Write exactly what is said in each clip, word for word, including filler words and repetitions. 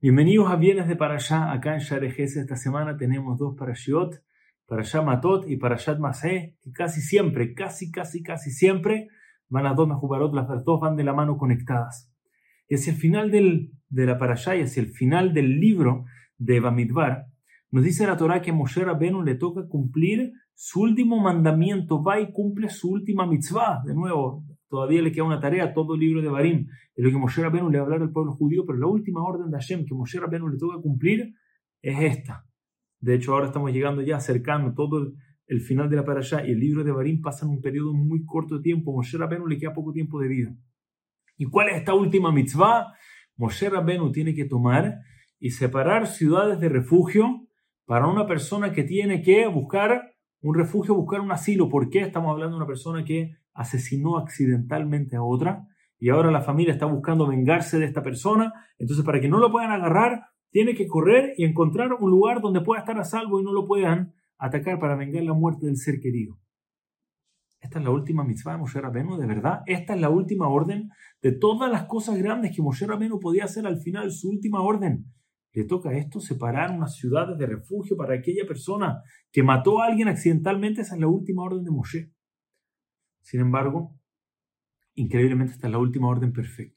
Bienvenidos a Viernes de Parashá. Acá en Shaarei Gesed esta semana tenemos dos Parashiot, Parashá Matot y Parashat Maseh, que casi siempre, casi, casi, casi siempre van las dos Mejubarot, las dos van de la mano conectadas. Y hacia el final del, de la Parashá y hacia el final del libro de Bamidbar, nos dice la Torá que a Moshe Rabenu le toca cumplir su último mandamiento, va y cumple su última mitzvah. De nuevo, todavía le queda una tarea, todo el libro de Barim, de lo que Moshe Rabenu le va a hablar al pueblo judío, pero la última orden de Hashem que Moshe Rabenu le toca cumplir es esta. De hecho, ahora estamos llegando ya cercano, todo el, el final de la Parashá y el libro de Barim pasan un periodo muy corto de tiempo. Moshe Rabenu le queda poco tiempo de vida. ¿Y cuál es esta última mitzvah? Moshe Rabenu tiene que tomar y separar ciudades de refugio para una persona que tiene que buscar un refugio, buscar un asilo. ¿Por qué? Estamos hablando de una persona que asesinó accidentalmente a otra y ahora la familia está buscando vengarse de esta persona. Entonces, para que no lo puedan agarrar, tiene que correr y encontrar un lugar donde pueda estar a salvo y no lo puedan atacar para vengar la muerte del ser querido. Esta es la última mitzvah de Moshe Rabenu, de verdad. Esta es la última orden de todas las cosas grandes que Moshe Rabenu podía hacer al final, su última orden. Le toca a esto separar unas ciudades de refugio para aquella persona que mató a alguien accidentalmente. Esa es la última orden de Moshe. Sin embargo, increíblemente esta es la última orden perfecta.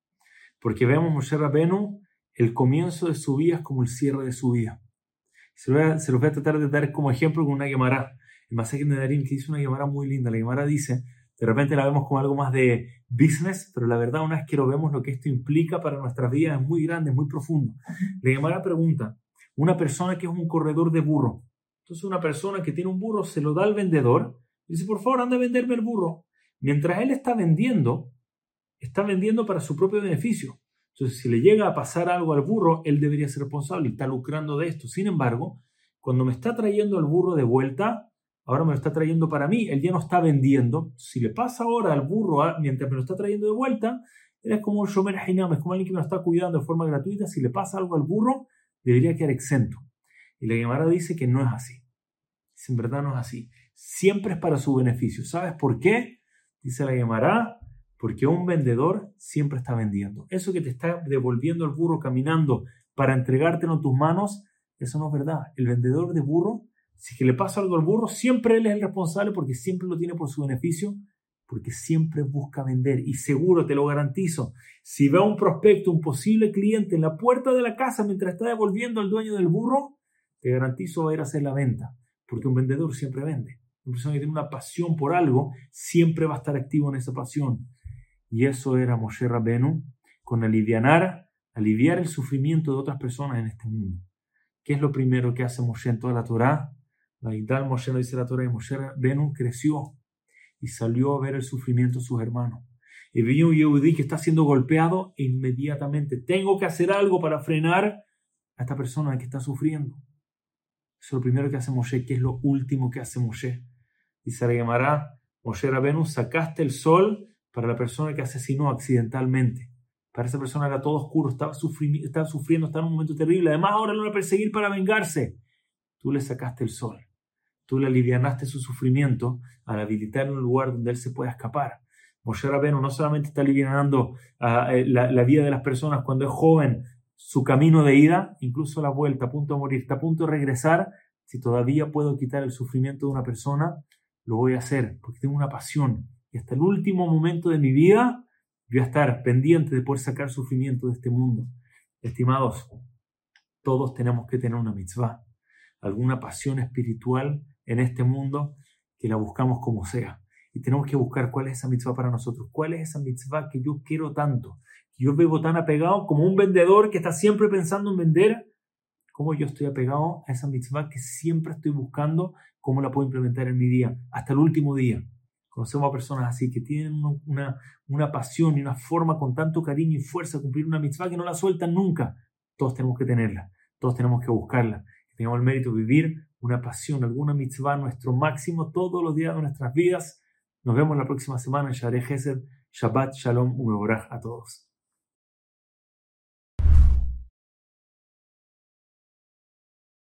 Porque vemos a Moshe Rabenu, el comienzo de su vida es como el cierre de su vida. Se los voy a, se los voy a tratar de dar como ejemplo con una Gemara. El Masechet Nedarim, que dice una Gemara muy linda. La Gemara dice, de repente la vemos como algo más de business, pero la verdad una vez que lo vemos lo que esto implica para nuestras vidas es muy grande, es muy profundo. La Gemara pregunta, una persona que es un corredor de burro. Entonces una persona que tiene un burro se lo da al vendedor y dice, por favor, anda a venderme el burro. Mientras él está vendiendo, está vendiendo para su propio beneficio. Entonces si le llega a pasar algo al burro, él debería ser responsable y está lucrando de esto. Sin embargo, cuando me está trayendo el burro de vuelta, ahora me lo está trayendo para mí, él ya no está vendiendo. Si le pasa ahora al burro mientras me lo está trayendo de vuelta, él es como un shomer hainam, es como alguien que me lo está cuidando de forma gratuita. Si le pasa algo al burro, debería quedar exento. Y la Gemara dice que no es así. Dice, en verdad no es así. Siempre es para su beneficio. ¿Sabes por qué? Dice la Gemara, porque un vendedor siempre está vendiendo. Eso que te está devolviendo el burro caminando para entregártelo en tus manos, eso no es verdad. El vendedor de burro, si que le pasa algo al burro, siempre él es el responsable porque siempre lo tiene por su beneficio, porque siempre busca vender. Y seguro, te lo garantizo, si ve a un prospecto, un posible cliente en la puerta de la casa mientras está devolviendo al dueño del burro, te garantizo va a ir a hacer la venta, porque un vendedor siempre vende. Una persona que tiene una pasión por algo siempre va a estar activo en esa pasión. Y eso era Moshe Rabenu, con alivianar, aliviar el sufrimiento de otras personas en este mundo. ¿Qué es lo primero que hace Moshe en toda la Torá? La Igdal Moshe nos dice la Torá, y Moshe Rabenu creció y salió a ver el sufrimiento de sus hermanos. Y vio un Yehudí que está siendo golpeado e inmediatamente tengo que hacer algo para frenar a esta persona que está sufriendo. Eso es lo primero que hace Moshe. ¿Qué es lo último que hace Moshe? Dice la Gemara, Moshe Rabenu, sacaste el sol para la persona que asesinó accidentalmente. Para esa persona era todo oscuro, estaba, sufri- estaba sufriendo, estaba en un momento terrible. Además ahora lo van a perseguir para vengarse. Tú le sacaste el sol. Tú le alivianaste su sufrimiento al habilitar un lugar donde él se pueda escapar. Moshe Rabenu no solamente está alivianando uh, la, la vida de las personas cuando es joven, su camino de ida, incluso la vuelta, a punto de morir, está a punto de regresar. Si todavía puedo quitar el sufrimiento de una persona, lo voy a hacer porque tengo una pasión. Y hasta el último momento de mi vida voy a estar pendiente de poder sacar sufrimiento de este mundo. Estimados, todos tenemos que tener una mitzvah, alguna pasión espiritual en este mundo que la buscamos como sea. Y tenemos que buscar cuál es esa mitzvah para nosotros. ¿Cuál es esa mitzvah que yo quiero tanto? Que yo vivo tan apegado como un vendedor que está siempre pensando en vender. ¿Cómo yo estoy apegado a esa mitzvah que siempre estoy buscando? ¿Cómo la puedo implementar en mi día? Hasta el último día. Conocemos a personas así que tienen una, una, una pasión y una forma con tanto cariño y fuerza de cumplir una mitzvah que no la sueltan nunca. Todos tenemos que tenerla. Todos tenemos que buscarla. Que tengamos el mérito de vivir una pasión, alguna mitzvah, nuestro máximo todos los días de nuestras vidas. Nos vemos la próxima semana en Shaarei Gesed. Shabbat Shalom Umevorach a todos.